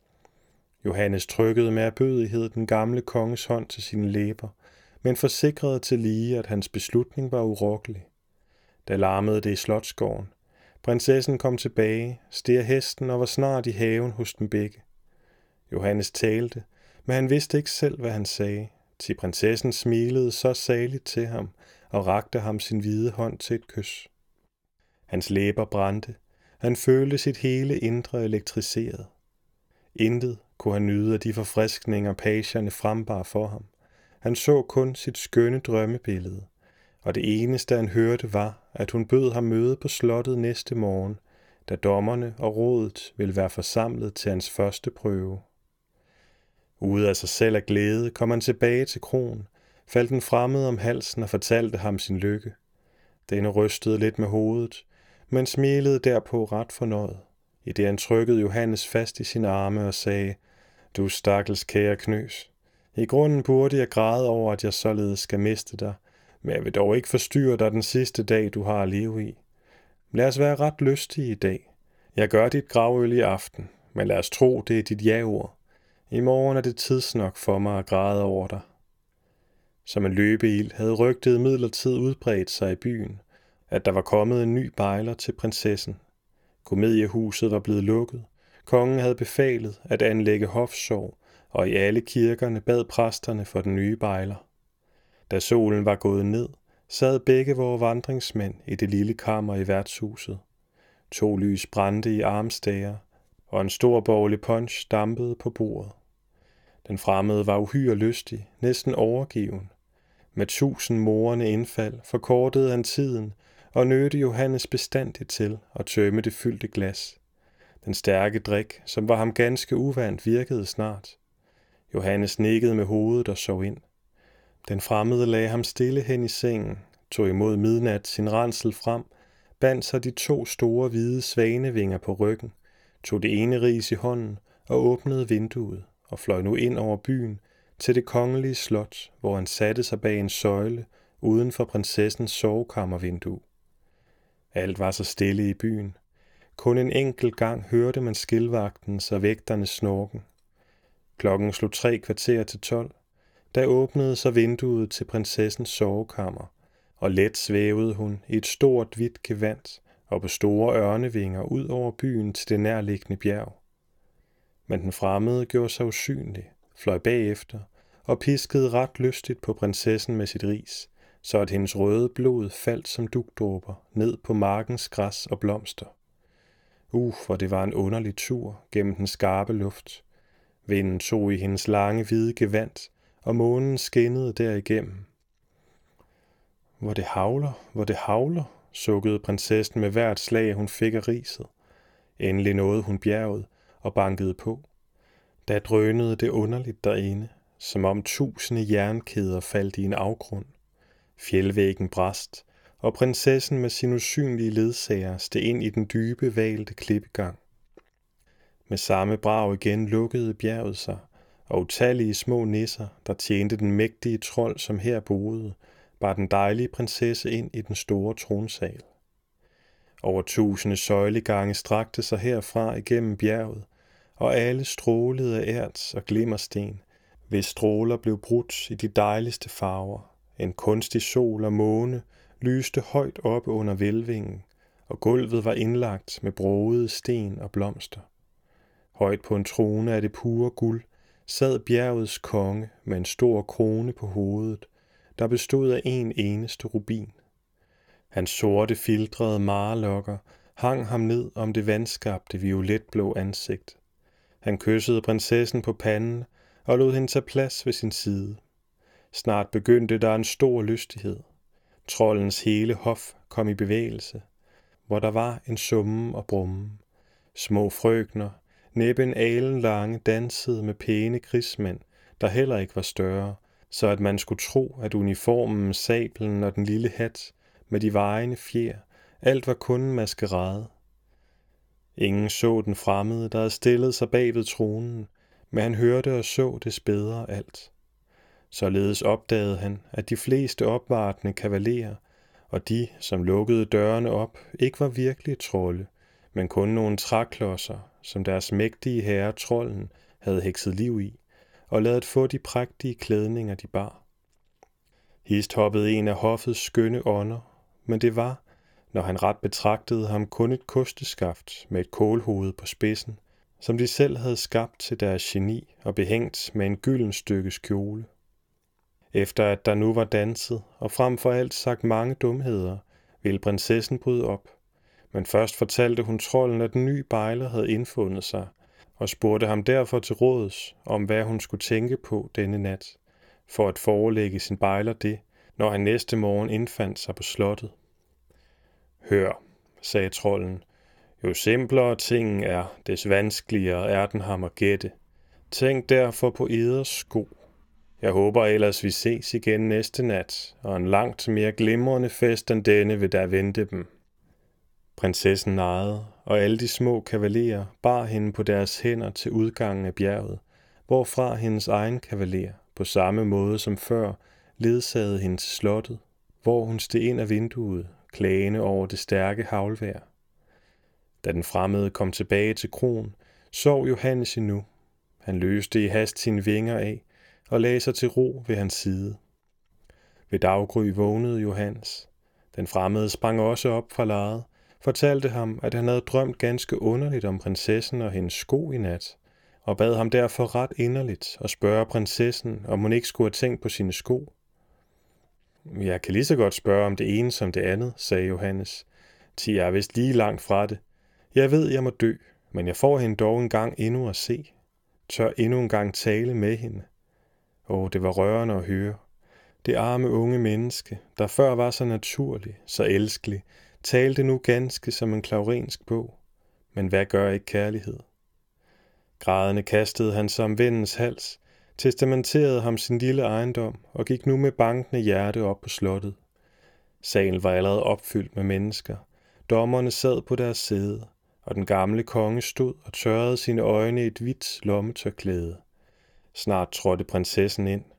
Speaker 1: Johannes trykkede med erbødighed den gamle konges hånd til sine læber, men forsikrede tillige, at hans beslutning var urokkelig. Da larmede det i slotsgården. Prinsessen kom tilbage, steg hesten og var snart i haven hos dem begge. Johannes talte, men han vidste ikke selv, hvad han sagde, til prinsessen smilede så saligt til ham og rakte ham sin hvide hånd til et kys. Hans læber brændte. Han følte sit hele indre elektriseret. Intet kunne han nyde af de forfriskninger, pagerne frembar for ham. Han så kun sit skønne drømmebillede, og det eneste han hørte var, at hun bød ham møde på slottet næste morgen, da dommerne og rådet ville være forsamlet til hans første prøve. Ude af sig selv af glæde kom han tilbage til kroen, faldt den fremmede om halsen og fortalte ham sin lykke. Denne rystede lidt med hovedet, men smilede derpå ret fornøjet, i det han trykkede Johannes fast i sine arme og sagde, du stakkels kære knøs. I grunden burde jeg græde over, at jeg således skal miste dig, men jeg vil dog ikke forstyrre dig den sidste dag, du har at leve i. Lad os være ret lystige i dag. Jeg gør dit gravøl i aften, men lad os tro, det er dit ja-ord. I morgen er det tidsnok for mig at græde over dig. Som en løbeild havde rygtet imidlertid udbredt sig i byen, at der var kommet en ny bejler til prinsessen. Komediehuset var blevet lukket. Kongen havde befalet at anlægge hofsorg, og i alle kirkerne bad præsterne for den nye bejler. Da solen var gået ned, sad begge vore vandringsmænd i det lille kammer i værtshuset. 2 lys brændte i armstager, og en stor borgerlig punch dampede på bordet. Den fremmede var uhyre lystig, næsten overgiven. Med 1000 morende indfald forkortede han tiden og nødte Johannes bestandigt til at tømme det fyldte glas. Den stærke drik, som var ham ganske uvant, virkede snart. Johannes nikkede med hovedet og sov ind. Den fremmede lagde ham stille hen i sengen, tog imod midnat sin ransel frem, bandt sig de 2 store hvide svanevinger på ryggen, tog det ene ris i hånden og åbnede vinduet og fløj nu ind over byen til det kongelige slot, hvor han satte sig bag en søjle uden for prinsessens sovekammervindue. Alt var så stille i byen. Kun en enkelt gang hørte man skildvagtens og vægternes snorken. Klokken slog 3:15. Da åbnede sig vinduet til prinsessens sovekammer, og let svævede hun i et stort hvidt gevand og på store ørnevinger ud over byen til det nærliggende bjerg. Men den fremmede gjorde sig usynlig, fløj bagefter og piskede ret lystigt på prinsessen med sit ris, så at hendes røde blod faldt som dugdråber ned på markens græs og blomster. Hvor det var en underlig tur gennem den skarpe luft. Vinden tog i hendes lange hvide gevand, og månen skinnede derigennem. Hvor det havler, sukkede prinsessen med hvert slag, hun fik af riset. Endelig nåede hun bjerget og bankede på. Da drønede det underligt derinde, som om 1000 jernkæder faldt i en afgrund. Fjeldvæggen brast, og prinsessen med sin usynlige ledsager steg ind i den dybe, valte klippegang. Med samme brag igen lukkede bjerget sig, og utallige små nisser, der tjente den mægtige trold, som her boede, bar den dejlige prinsesse ind i den store tronsal. Over 1000 søjlegange strakte sig herfra igennem bjerget, og alle strålede af erts og glimmersten, hvis stråler blev brudt i de dejligste farver. En kunstig sol og måne lyste højt oppe under hvælvingen, og gulvet var indlagt med brogede sten og blomster. Højt på en trone af det pure guld sad bjergets konge med en stor krone på hovedet, der bestod af en eneste rubin. Hans sorte filtrede marelokker hang ham ned om det vandskabte violetblå ansigt. Han kyssede prinsessen på panden og lod hende tage plads ved sin side. Snart begyndte der en stor lystighed. Troldens hele hof kom i bevægelse, hvor der var en summen og brummen. Små frøkner, næppe en alen lange, dansede med pæne krigsmænd, der heller ikke var større, så at man skulle tro, at uniformen, sablen og den lille hat med de vejende fjer, alt var kun en maskerade. Ingen så den fremmede, der havde stillet sig bag ved tronen, men han hørte og så det bedre alt. Således opdagede han, at de fleste opvartende kavalerer, og de, som lukkede dørene op, ikke var virkelige trolde, men kun nogle træklodser, som deres mægtige herre trolden havde hekset liv i, og ladet få de prægtige klædninger, de bar. Hist hoppede en af hoffets skønne ånder, men det var, når han ret betragtede ham, kun et kosteskaft med et kålhoved på spidsen, som de selv havde skabt til deres geni og behængt med en gylden stykke skjole. Efter at der nu var danset og frem for alt sagt mange dumheder, ville prinsessen bryde op, men først fortalte hun trolden, at den nye bejler havde indfundet sig, og spurgte ham derfor til råds om, hvad hun skulle tænke på denne nat, for at forelægge sin bejler det, når han næste morgen indfandt sig på slottet. Hør, sagde trolden, jo simplere tingen er, des vanskeligere er den ham at gætte. Tænk derfor på eders sko. Jeg håber ellers, vi ses igen næste nat, og en langt mere glimrende fest end denne vil der vente dem. Prinsessen narrede, og alle de små kavalerer bar hende på deres hænder til udgangen af bjerget, hvorfra hendes egen kavaler, på samme måde som før, ledsagede hende til slottet, hvor hun steg ind af vinduet, klagende over det stærke havlvejr. Da den fremmede kom tilbage til kroen, sov Johannes endnu. Han løste i hast sine vinger af og lagde sig til ro ved hans side. Ved daggry vågnede Johannes. Den fremmede sprang også op fra lejet, fortalte ham, at han havde drømt ganske underligt om prinsessen og hendes sko i nat, og bad ham derfor ret inderligt at spørge prinsessen, om hun ikke skulle have tænkt på sine sko. Jeg kan lige så godt spørge om det ene som det andet, sagde Johannes. Ti jeg er vist lige langt fra det. Jeg ved, jeg må dø, men jeg får hende dog en gang endnu at se. Tør endnu en gang tale med hende. Det var rørende at høre. Det arme unge menneske, der før var så naturlig, så elskelig, talte nu ganske som en klaurensk bog. Men hvad gør ikke kærlighed? Grædende kastede han sig om vennens hals, testamenterede ham sin lille ejendom og gik nu med bankende hjerte op på slottet. Salen var allerede opfyldt med mennesker. Dommerne sad på deres sæde, og den gamle konge stod og tørrede sine øjne i et hvidt lommetørklæde. Snart trådte prinsessen ind.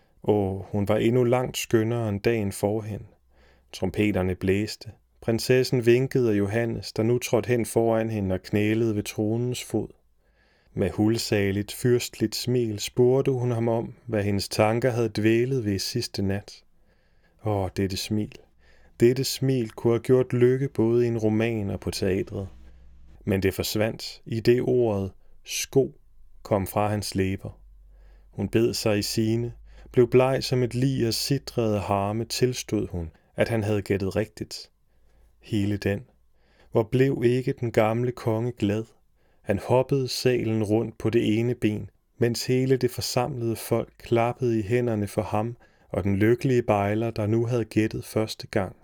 Speaker 1: Hun var endnu langt skønnere end dagen forhen. Trompeterne blæste. Prinsessen vinkede af Johannes, der nu trådte hen foran hende og knælede ved tronens fod. Med hulsaligt, fyrstligt smil spurgte hun ham om, hvad hendes tanker havde dvælet ved sidste nat. Dette smil. Dette smil kunne have gjort lykke både i en roman og på teatret. Men det forsvandt, i det ordet sko kom fra hans læber. Hun bed sig i sine, blev bleg som et lig af sitrede harme, tilstod hun, at han havde gættet rigtigt. Hele den. Hvor blev ikke den gamle konge glad? Han hoppede salen rundt på det ene ben, mens hele det forsamlede folk klappede i hænderne for ham og den lykkelige bejler, der nu havde gættet første gang.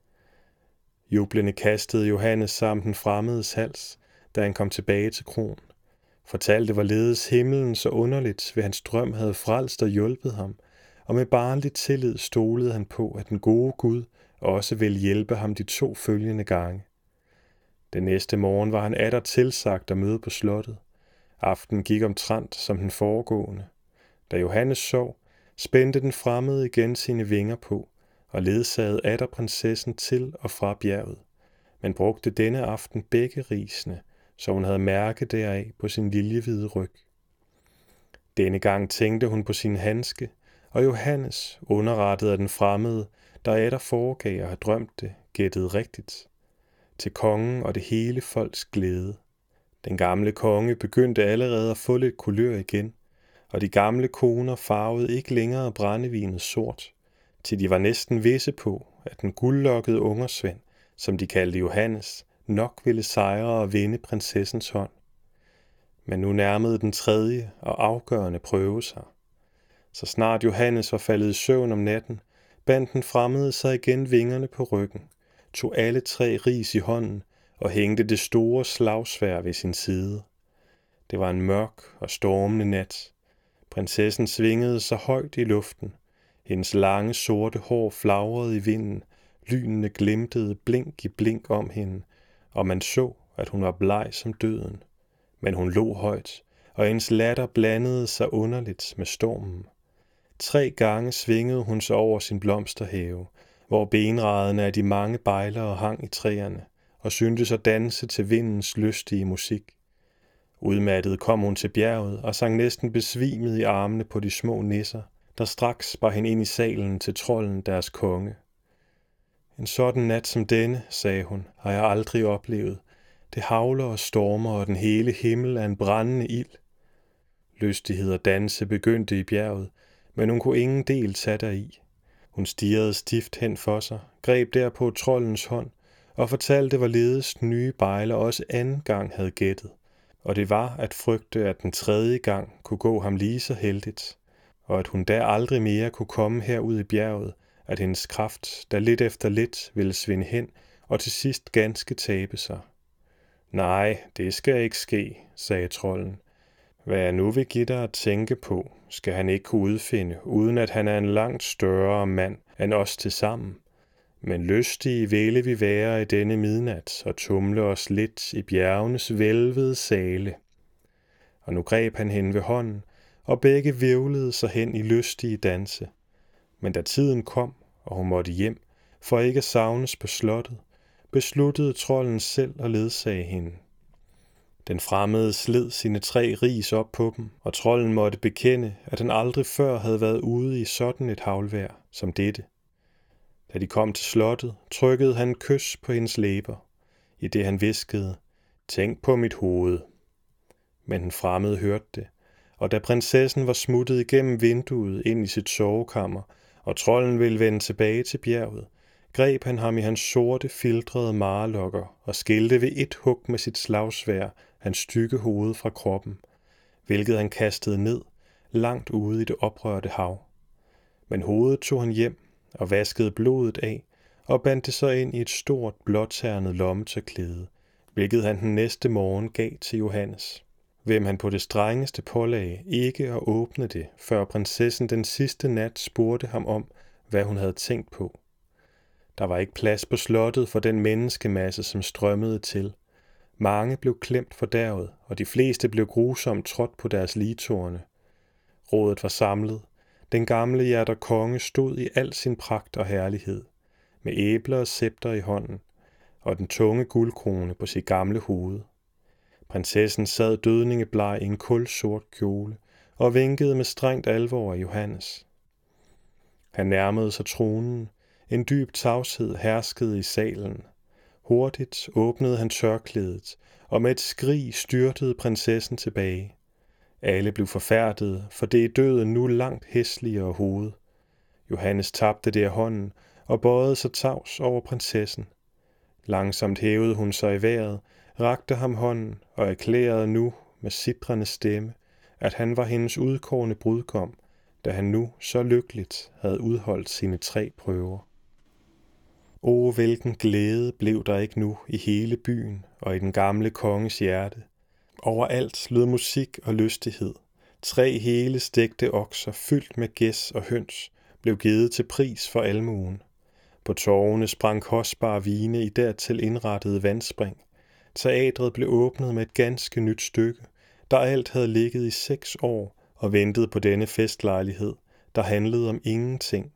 Speaker 1: Jublende kastede Johannes sammen den fremmedes hals, da han kom tilbage til kroen. Fortalte, hvorledes himlen så underligt ved hans drøm havde frelst og hjulpet ham, og med barnlig tillid stolede han på, at den gode Gud også ville hjælpe ham de 2 følgende gange. Den næste morgen var han atter tilsagt at møde på slottet. Aftenen gik omtrent som den foregående. Da Johannes sov, spændte den fremmede igen sine vinger på, og ledsagede atter prinsessen til og fra bjerget, men brugte denne aften begge risene, så hun havde mærke deraf på sin liljehvide ryg. Denne gang tænkte hun på sin handske, og Johannes, underrettet af den fremmede, der atter foregav at have drømt det, gættede rigtigt. Til kongen og det hele folks glæde. Den gamle konge begyndte allerede at få lidt kulør igen, og de gamle koner farvede ikke længere brændevinet sort, til de var næsten visse på, at den guldlokkede ungersvend, som de kaldte Johannes, nok ville sejre og vinde prinsessens hånd. Men nu nærmede den tredje og afgørende prøve sig. Så snart Johannes var faldet i søvn om natten, bandt den fremmede sig igen vingerne på ryggen, tog alle 3 ris i hånden og hængte det store slagsværd ved sin side. Det var en mørk og stormende nat. Prinsessen svingede sig højt i luften. Hendes lange sorte hår flagrede i vinden, lynene glimtede blink i blink om hende, og man så, at hun var bleg som døden. Men hun lå højt, og hendes latter blandede sig underligt med stormen. 3 gange svingede hun sig over sin blomsterhave, hvor benradene af de mange bejlere hang i træerne, og syntes at danse til vindens lystige musik. Udmattet kom hun til bjerget og sang næsten besvimet i armene på de små nisser, der straks bar hende ind i salen til trolden deres konge. En sådan nat som denne, sagde hun, har jeg aldrig oplevet. Det hagler og stormer, og den hele himmel er en brændende ild. Lystighed og danse begyndte i bjerget, men hun kunne ingen del tage deri. Hun stirrede stift hen for sig, greb derpå troldens hånd og fortalte, hvorledes den nye bejler også anden gang havde gættet. Og det var at frygte, at den 3. gang kunne gå ham lige så heldigt, og at hun der aldrig mere kunne komme herud i bjerget, at hendes kraft, der lidt efter lidt ville svinde hen og til sidst ganske tabe sig. Nej, det skal ikke ske, sagde trolden. Hvad jeg nu vil give dig at tænke på, skal han ikke kunne udfinde, uden at han er en langt større mand end os tilsammen. Men lystige ville vi være i denne midnat og tumle os lidt i bjergenes vælvede sale. Og nu greb han hende ved hånden, og begge hvirvlede sig hen i lystige danse. Men da tiden kom, og hun måtte hjem, for ikke at savnes på slottet, besluttede trolden selv at ledsage hende. Den fremmede sled sine 3 ris op på dem, og trolden måtte bekende, at han aldrig før havde været ude i sådan et havlvejr som dette. Da de kom til slottet, trykkede han et kys på hendes læber, i det han hviskede, tænk på mit hoved. Men den fremmede hørte det, og da prinsessen var smuttet igennem vinduet ind i sit sovekammer, og trolden ville vende tilbage til bjerget, greb han ham i hans sorte, filtrede marelokker og skilte ved et hug med sit slagsværd hans stykke hoved fra kroppen, hvilket han kastede ned, langt ude i det oprørte hav. Men hovedet tog han hjem og vaskede blodet af og bandt det så ind i et stort blåternet lommetørklæde, hvilket han den næste morgen gav til Johannes, hvem han på det strengeste pålagde ikke at åbne det, før prinsessen den sidste nat spurgte ham om, hvad hun havde tænkt på. Der var ikke plads på slottet for den menneskemasse, som strømmede til. Mange blev klemt fordærvet, og de fleste blev grusomt trådt på deres ligetårne. Rådet var samlet. Den gamle Hjerter konge stod i al sin pragt og herlighed, med æbler og scepter i hånden, og den tunge guldkrone på sit gamle hoved. Prinsessen sad dødningebleg i en kulsort kjole og vinkede med strengt alvor af Johannes. Han nærmede sig tronen. En dyb tavshed herskede i salen. Hurtigt åbnede han tørklædet, og med et skrig styrtede prinsessen tilbage. Alle blev forfærdede, for det er døden nu langt hæsligere hoved. Johannes tabte det af hånden og bøjede sig tavs over prinsessen. Langsomt hævede hun sig i vejret, rakte ham hånden og erklærede nu med sitrende stemme, at han var hendes udkårne brudgom, da han nu så lykkeligt havde udholdt sine 3 prøver. Hvilken glæde blev der ikke nu i hele byen og i den gamle konges hjerte. Overalt lød musik og lystighed. 3 hele stegte okser fyldt med gæs og høns blev givet til pris for almuen. På torvene sprang kostbare vine i dertil indrettede vandspring. Teatret blev åbnet med et ganske nyt stykke, der alt havde ligget i 6 år og ventet på denne festlejlighed, der handlede om ingenting.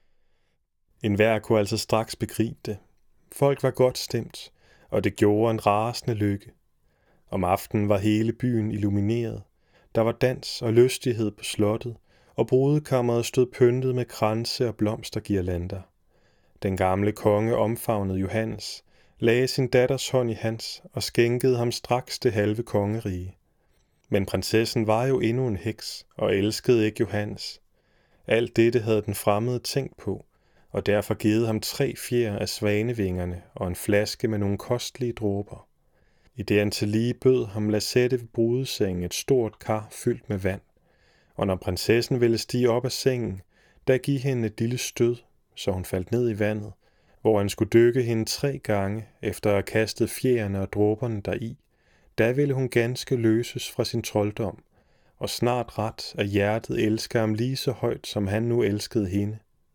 Speaker 1: Enhver kunne altså straks begribe det. Folk var godt stemt, og det gjorde en rasende lykke. Om aftenen var hele byen illumineret. Der var dans og lystighed på slottet, og brudekammeret stod pyntet med kranse og blomstergirlander. Den gamle konge omfavnede Johannes, lagde sin datters hånd i hans og skænkede ham straks det halve kongerige. Men prinsessen var jo endnu en heks og elskede ikke Johannes. Alt dette havde den fremmede tænkt på, og derfor givet ham 3 fjer af svanevingerne og en flaske med nogle kostlige dråber. I det han tillige bød ham lade sætte ved brudesengen et stort kar fyldt med vand, og når prinsessen ville stige op af sengen, da give hende et lille stød, så hun faldt ned i vandet, hvor han skulle dykke hende 3 gange efter at have kastet fjerene og dråberne deri. Da ville hun ganske løses fra sin trolddom, og snart ret af hjertet elsker ham lige så højt, som han nu elskede hende.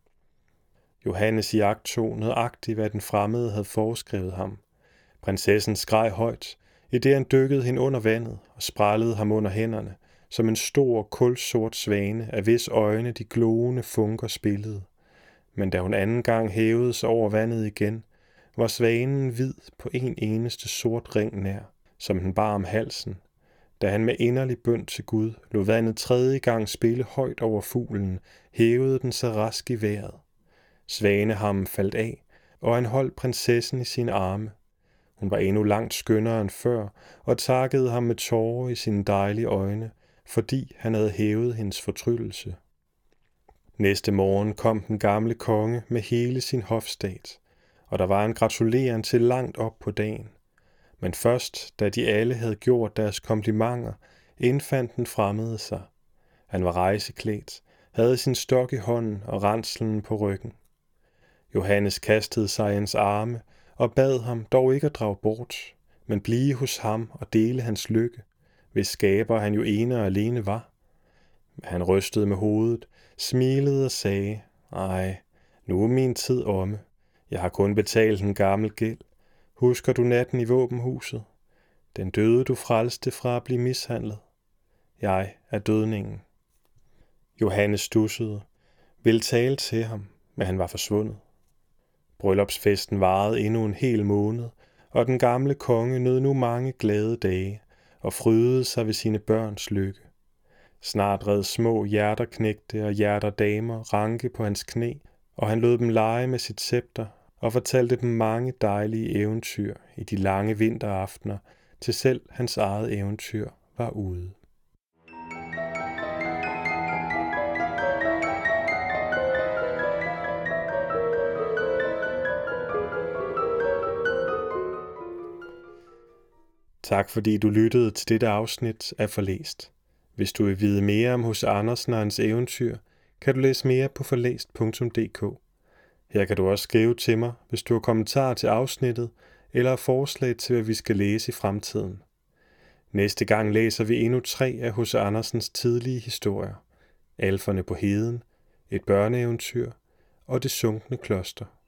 Speaker 1: Johannes iagttog nøjagtigt, hvad den fremmede havde foreskrevet ham. Prinsessen skreg højt, i det han dykkede hende under vandet og sprællede ham under hænderne, som en stor kulsort svane, af hvis øjne de gloende funker spillede. Men da hun anden gang hævede sig over vandet igen, var svanen hvid på en eneste sort ring nær, som den bar om halsen. Da han med inderlig bøn til Gud lod vandet 3. gang spille højt over fuglen, hævede den sig rask i vejret. Svanehammen faldt af, og han holdt prinsessen i sine arme. Hun var endnu langt skønnere end før, og takkede ham med tårer i sine dejlige øjne, fordi han havde hævet hendes fortryllelse. Næste morgen kom den gamle konge med hele sin hofstat, og der var en gratuleren til langt op på dagen. Men først, da de alle havde gjort deres komplimenter, indfandt den fremmede sig. Han var rejseklædt, havde sin stok i hånden og ranslen på ryggen. Johannes kastede sig i hans arme og bad ham dog ikke at drage bort, men blive hos ham og dele hans lykke, hvis skaber han jo ene og alene var. Han rystede med hovedet, smilede og sagde, ej, nu er min tid omme. Jeg har kun betalt en gammel gæld. Husker du natten i våbenhuset? Den døde du frelste fra at blive mishandlet. Jeg er dødningen. Johannes studsede, ville tale til ham, men han var forsvundet. Bryllupsfesten varede endnu en hel måned, og den gamle konge nød nu mange glade dage og frydede sig ved sine børns lykke. Snart red små hjerterknægte og hjerterdamer ranke på hans knæ, og han lod dem lege med sit scepter og fortalte dem mange dejlige eventyr i de lange vinteraftener, til selv hans eget eventyr var ude. Tak fordi du lyttede til dette afsnit af Forlæst. Hvis du vil vide mere om H.C. Andersen og hans eventyr, kan du læse mere på forlæst.dk. Her kan du også skrive til mig, hvis du har kommentarer til afsnittet eller forslag til, hvad vi skal læse i fremtiden. Næste gang læser vi endnu 3 af H.C. Andersens tidlige historier. Alferne på heden, et børneeventyr og det sunkne kloster.